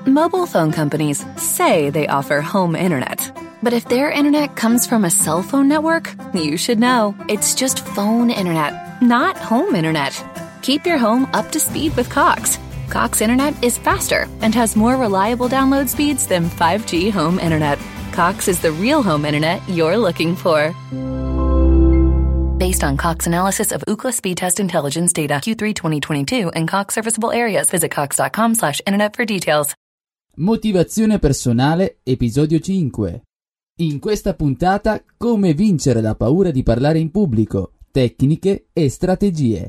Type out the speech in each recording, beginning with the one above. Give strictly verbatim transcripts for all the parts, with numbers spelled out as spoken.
Mobile phone companies say they offer home internet. But if their internet comes from a cell phone network, you should know. It's just phone internet, not home internet. Keep your home up to speed with Cox. Cox Internet is faster and has more reliable download speeds than five G home internet. Cox is the real home internet you're looking for. Based on Cox analysis of Ookla speed test intelligence data Q three twenty twenty-two and Cox serviceable areas. Visit cox.com slash internet for details. Motivazione personale, episodio cinque. In questa puntata, come vincere la paura di parlare in pubblico, tecniche e strategie.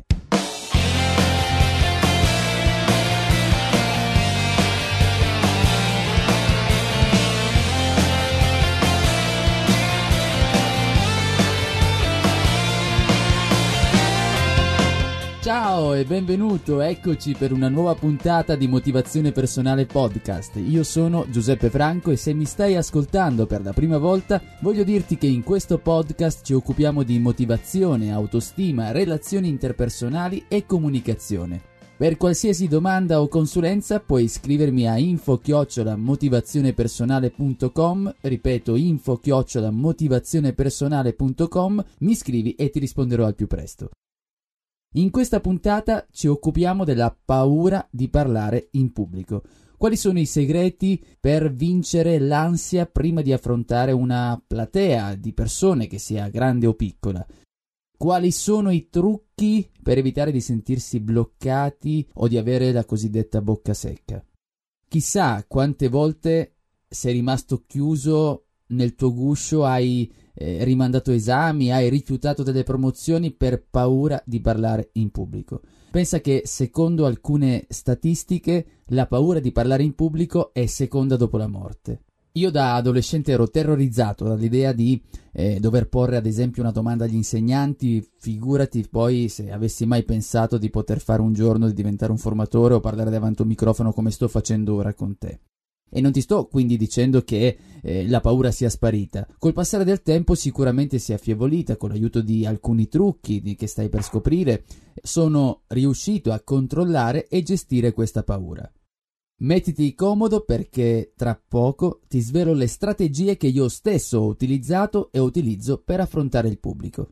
Ciao e benvenuto, eccoci per una nuova puntata di Motivazione Personale Podcast. Io sono Giuseppe Franco e se mi stai ascoltando per la prima volta, voglio dirti che in questo podcast ci occupiamo di motivazione, autostima, relazioni interpersonali e comunicazione. Per qualsiasi domanda o consulenza puoi scrivermi a info chiocciola motivazionepersonale punto com, ripeto info chiocciola motivazionepersonale punto com, mi scrivi e ti risponderò al più presto. In questa puntata ci occupiamo della paura di parlare in pubblico. Quali sono i segreti per vincere l'ansia prima di affrontare una platea di persone, che sia grande o piccola? Quali sono i trucchi per evitare di sentirsi bloccati o di avere la cosiddetta bocca secca? Chissà quante volte sei rimasto chiuso nel tuo guscio, hai eh, rimandato esami, hai rifiutato delle promozioni per paura di parlare in pubblico. Pensa che secondo alcune statistiche la paura di parlare in pubblico è seconda dopo la morte. Io da adolescente ero terrorizzato dall'idea di eh, dover porre ad esempio una domanda agli insegnanti, figurati poi se avessi mai pensato di poter fare un giorno di diventare un formatore o parlare davanti a un microfono come sto facendo ora con te. E non ti sto quindi dicendo che eh, la paura sia sparita. Col passare del tempo sicuramente si è affievolita, con l'aiuto di alcuni trucchi di, che stai per scoprire, sono riuscito a controllare e gestire questa paura. Mettiti comodo perché tra poco ti svelo le strategie che io stesso ho utilizzato e utilizzo per affrontare il pubblico.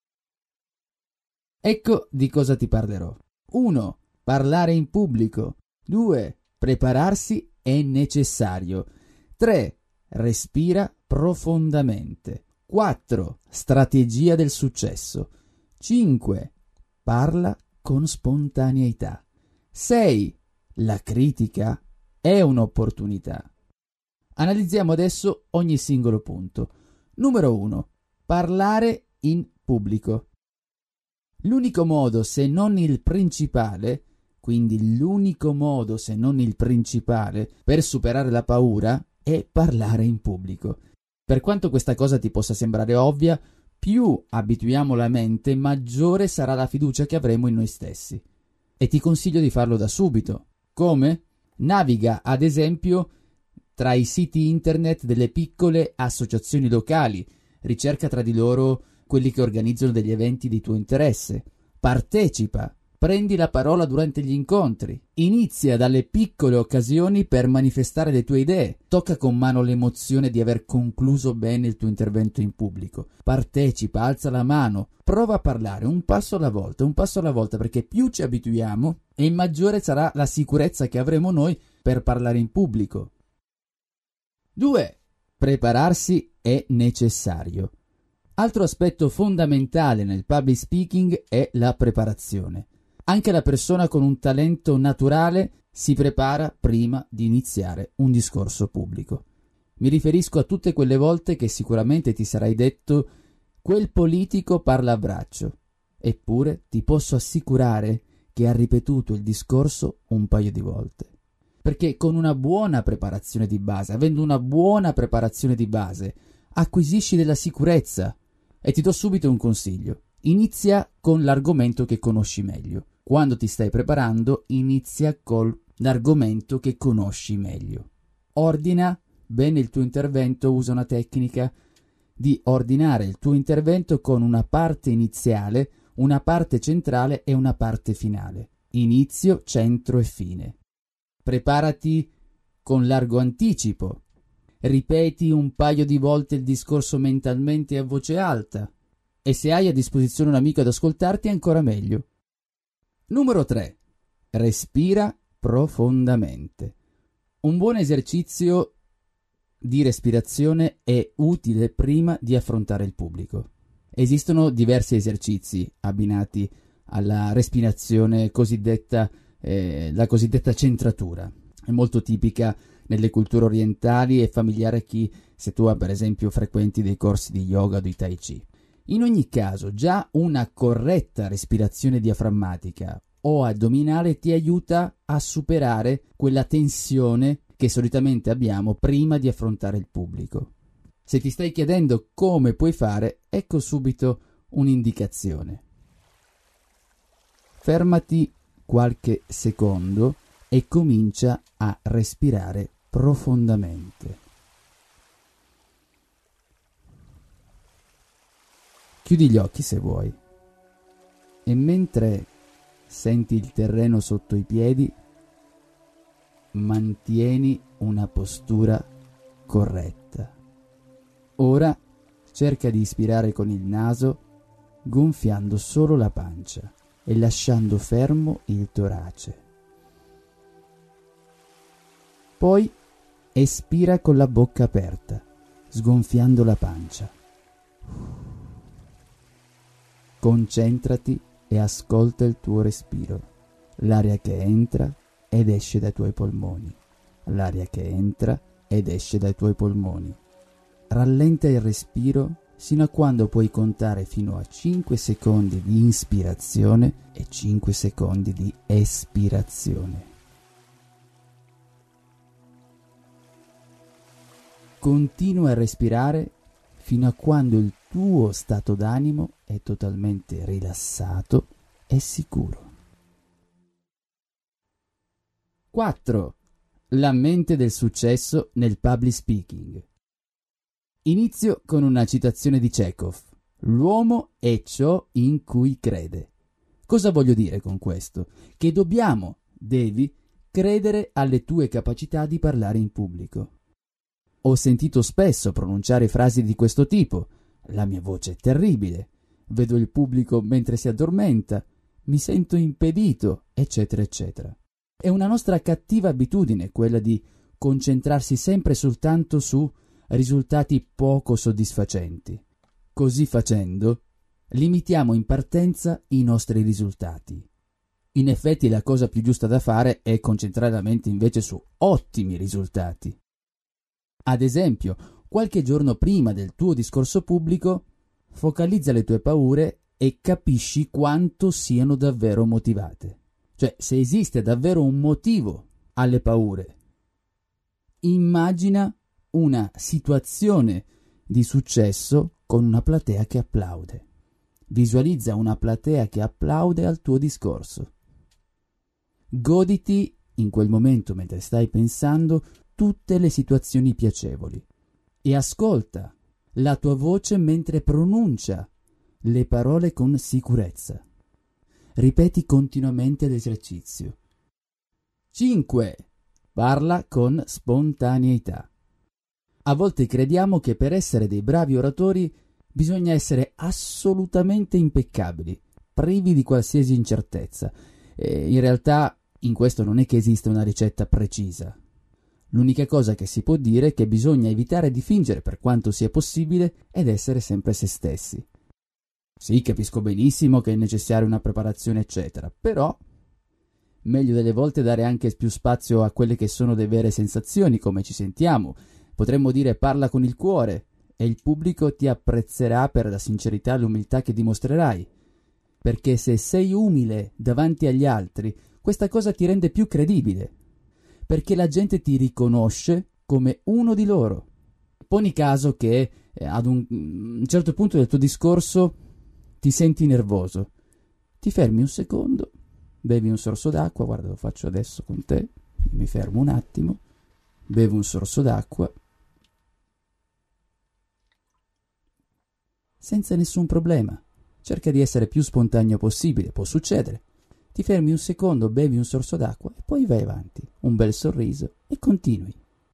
Ecco di cosa ti parlerò. uno. Parlare in pubblico. due. Prepararsi è necessario. tre. Respira profondamente. quattro. Strategia del successo. cinque. Parla con spontaneità. sei. La critica è un'opportunità. Analizziamo adesso ogni singolo punto. Numero uno. Parlare in pubblico. L'unico modo, se non il principale, quindi l'unico modo, se non il principale, per superare la paura è parlare in pubblico. Per quanto questa cosa ti possa sembrare ovvia, più abituiamo la mente, maggiore sarà la fiducia che avremo in noi stessi. E ti consiglio di farlo da subito. Come? Naviga, ad esempio, tra i siti internet delle piccole associazioni locali, ricerca tra di loro quelli che organizzano degli eventi di tuo interesse, partecipa. Prendi la parola durante gli incontri. Inizia dalle piccole occasioni per manifestare le tue idee. Tocca con mano l'emozione di aver concluso bene il tuo intervento in pubblico. Partecipa, alza la mano, prova a parlare un passo alla volta, un passo alla volta, perché più ci abituiamo e maggiore sarà la sicurezza che avremo noi per parlare in pubblico. due. Prepararsi è necessario. Altro aspetto fondamentale nel public speaking è la preparazione. Anche la persona con un talento naturale si prepara prima di iniziare un discorso pubblico. Mi riferisco a tutte quelle volte che sicuramente ti sarai detto «quel politico parla a braccio». Eppure ti posso assicurare che ha ripetuto il discorso un paio di volte. Perché con una buona preparazione di base, avendo una buona preparazione di base, acquisisci della sicurezza. E ti do subito un consiglio. Inizia con l'argomento che conosci meglio. Quando ti stai preparando, inizia con l'argomento che conosci meglio. Ordina bene il tuo intervento, usa una tecnica di ordinare il tuo intervento con una parte iniziale, una parte centrale e una parte finale. Inizio, centro e fine. Preparati con largo anticipo. Ripeti un paio di volte il discorso mentalmente a voce alta. E se hai a disposizione un amico ad ascoltarti, ancora meglio. Numero tre. Respira profondamente. Un buon esercizio di respirazione è utile prima di affrontare il pubblico. Esistono diversi esercizi abbinati alla respirazione cosiddetta, eh, la cosiddetta centratura. È molto tipica nelle culture orientali e familiare a chi, se tu per esempio frequenti dei corsi di yoga o di tai chi. In ogni caso, già una corretta respirazione diaframmatica o addominale ti aiuta a superare quella tensione che solitamente abbiamo prima di affrontare il pubblico. Se ti stai chiedendo come puoi fare, ecco subito un'indicazione. Fermati qualche secondo e comincia a respirare profondamente. Chiudi gli occhi se vuoi e mentre senti il terreno sotto i piedi, mantieni una postura corretta. Ora cerca di ispirare con il naso, gonfiando solo la pancia e lasciando fermo il torace. Poi espira con la bocca aperta, sgonfiando la pancia. Concentrati e ascolta il tuo respiro, l'aria che entra ed esce dai tuoi polmoni, l'aria che entra ed esce dai tuoi polmoni. Rallenta il respiro sino a quando puoi contare fino a cinque secondi di inspirazione e cinque secondi di espirazione. Continua a respirare fino a quando il tuo stato d'animo è totalmente rilassato e sicuro. quattro. La mente del successo nel public speaking. Inizio con una citazione di Chekhov. L'uomo è ciò in cui crede. Cosa voglio dire con questo? Che dobbiamo, devi, credere alle tue capacità di parlare in pubblico. Ho sentito spesso pronunciare frasi di questo tipo. La mia voce è terribile. Vedo il pubblico mentre si addormenta. Mi sento impedito, eccetera, eccetera. È una nostra cattiva abitudine quella di concentrarsi sempre soltanto su risultati poco soddisfacenti. Così facendo, limitiamo in partenza i nostri risultati. In effetti la cosa più giusta da fare è concentrare la mente invece su ottimi risultati. Ad esempio, qualche giorno prima del tuo discorso pubblico, focalizza le tue paure e capisci quanto siano davvero motivate. Cioè, se esiste davvero un motivo alle paure. Immagina una situazione di successo con una platea che applaude. Visualizza una platea che applaude al tuo discorso. Goditi in quel momento, mentre stai pensando, tutte le situazioni piacevoli e ascolta la tua voce mentre pronuncia le parole con sicurezza. Ripeti continuamente l'esercizio. cinque. Parla con spontaneità. A volte crediamo che per essere dei bravi oratori bisogna essere assolutamente impeccabili, privi di qualsiasi incertezza. E in realtà in questo non è che esista una ricetta precisa. L'unica cosa che si può dire è che bisogna evitare di fingere per quanto sia possibile ed essere sempre se stessi. Sì, capisco benissimo che è necessaria una preparazione eccetera, però meglio delle volte dare anche più spazio a quelle che sono le vere sensazioni, come ci sentiamo. Potremmo dire parla con il cuore e il pubblico ti apprezzerà per la sincerità e l'umiltà che dimostrerai. Perché se sei umile davanti agli altri, questa cosa ti rende più credibile. Perché la gente ti riconosce come uno di loro. Poni caso che eh, ad un, un certo punto del tuo discorso ti senti nervoso. Ti fermi un secondo, bevi un sorso d'acqua, guarda lo faccio adesso con te, mi fermo un attimo, bevo un sorso d'acqua, senza nessun problema. Cerca di essere più spontaneo possibile, può succedere. ti fermi un secondo, bevi un sorso d'acqua e poi vai avanti. Un bel sorriso e continui.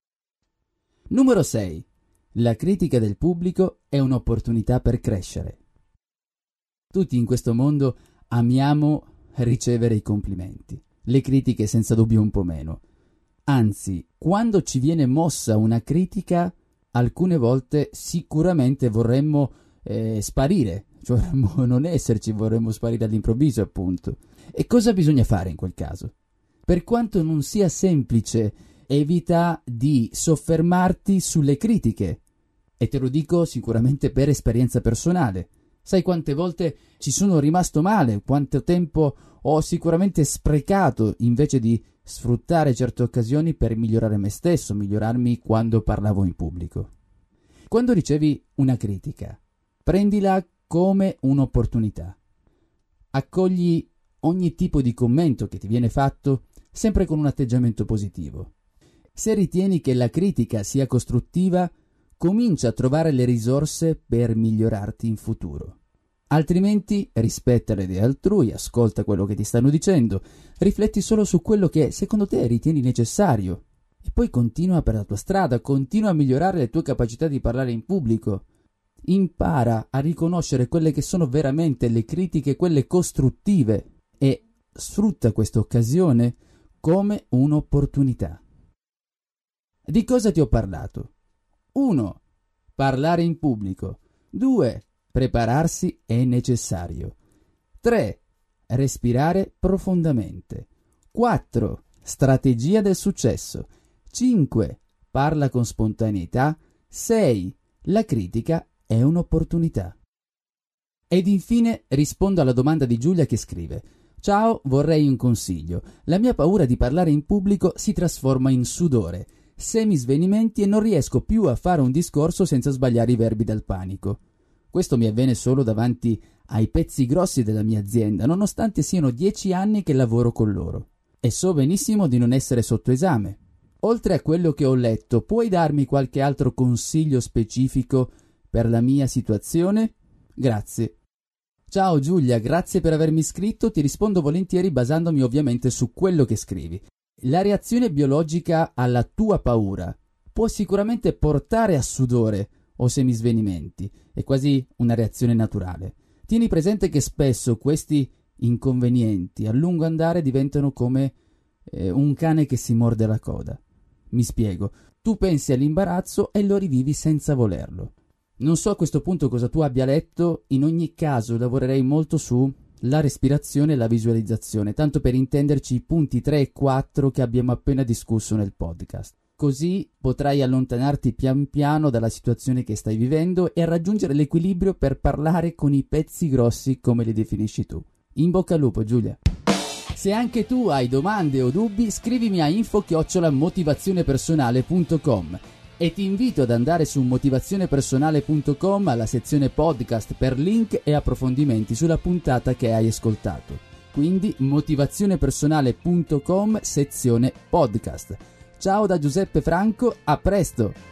Numero sei. La critica del pubblico è un'opportunità per crescere. Tutti in questo mondo amiamo ricevere i complimenti, le critiche senza dubbio un po' meno. Anzi, quando ci viene mossa una critica, alcune volte sicuramente vorremmo eh, sparire, cioè vorremmo non esserci, vorremmo sparire all'improvviso, appunto. E cosa bisogna fare in quel caso? Per quanto non sia semplice, evita di soffermarti sulle critiche. E te lo dico sicuramente per esperienza personale. Sai quante volte ci sono rimasto male, quanto tempo ho sicuramente sprecato invece di sfruttare certe occasioni per migliorare me stesso, migliorarmi quando parlavo in pubblico. Quando ricevi una critica, prendila come un'opportunità. Accogli ogni tipo di commento che ti viene fatto sempre con un atteggiamento positivo. Se ritieni che la critica sia costruttiva, comincia a trovare le risorse per migliorarti in futuro. Altrimenti rispetta le idee altrui, ascolta quello che ti stanno dicendo, rifletti solo su quello che secondo te ritieni necessario e poi continua per la tua strada, continua a migliorare le tue capacità di parlare in pubblico. Impara a riconoscere quelle che sono veramente le critiche, quelle costruttive, e sfrutta questa occasione come un'opportunità. Di cosa ti ho parlato? uno. Parlare in pubblico. due. Prepararsi è necessario. tre. Respirare profondamente. quattro. Strategia del successo. cinque. Parla con spontaneità. sei. La critica è un'opportunità. Ed infine rispondo alla domanda di Giulia che scrive: Ciao, vorrei un consiglio. La mia paura di parlare in pubblico si trasforma in sudore, semisvenimenti e non riesco più a fare un discorso senza sbagliare i verbi dal panico. Questo mi avviene solo davanti ai pezzi grossi della mia azienda, nonostante siano dieci anni che lavoro con loro. E so benissimo di non essere sotto esame. Oltre a quello che ho letto, puoi darmi qualche altro consiglio specifico per la mia situazione? Grazie. Ciao Giulia, grazie per avermi iscritto, ti rispondo volentieri basandomi ovviamente su quello che scrivi. La reazione biologica alla tua paura può sicuramente portare a sudore o semisvenimenti, è quasi una reazione naturale. Tieni presente che spesso questi inconvenienti a lungo andare diventano come eh, un cane che si morde la coda. Mi spiego, tu pensi all'imbarazzo e lo rivivi senza volerlo. Non so a questo punto cosa tu abbia letto, in ogni caso lavorerei molto su la respirazione e la visualizzazione, tanto per intenderci i punti tre e quattro che abbiamo appena discusso nel podcast. Così potrai allontanarti pian piano dalla situazione che stai vivendo e raggiungere l'equilibrio per parlare con i pezzi grossi come li definisci tu. In bocca al lupo, Giulia! Se anche tu hai domande o dubbi, scrivimi a info chiocciola motivazionepersonale punto com e ti invito ad andare su motivazionepersonale punto com alla sezione podcast per link e approfondimenti sulla puntata che hai ascoltato. Quindi motivazionepersonale punto com sezione podcast. Ciao da Giuseppe Franco, a presto!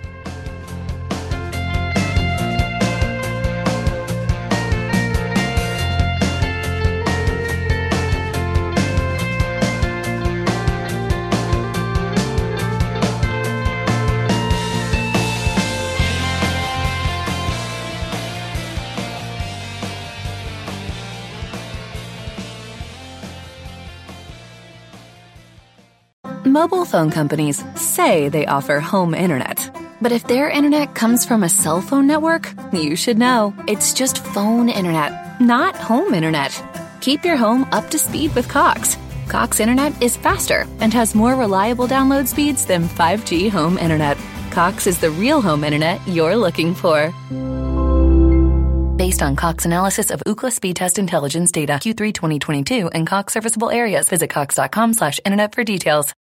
Mobile phone companies say they offer home internet. But if their internet comes from a cell phone network, you should know. It's just phone internet, not home internet. Keep your home up to speed with Cox. Cox internet is faster and has more reliable download speeds than five G home internet. Cox is the real home internet you're looking for. Based on Cox analysis of Ookla speed test intelligence data Q three twenty twenty-two and Cox serviceable areas, visit cox dot com slash internet for details.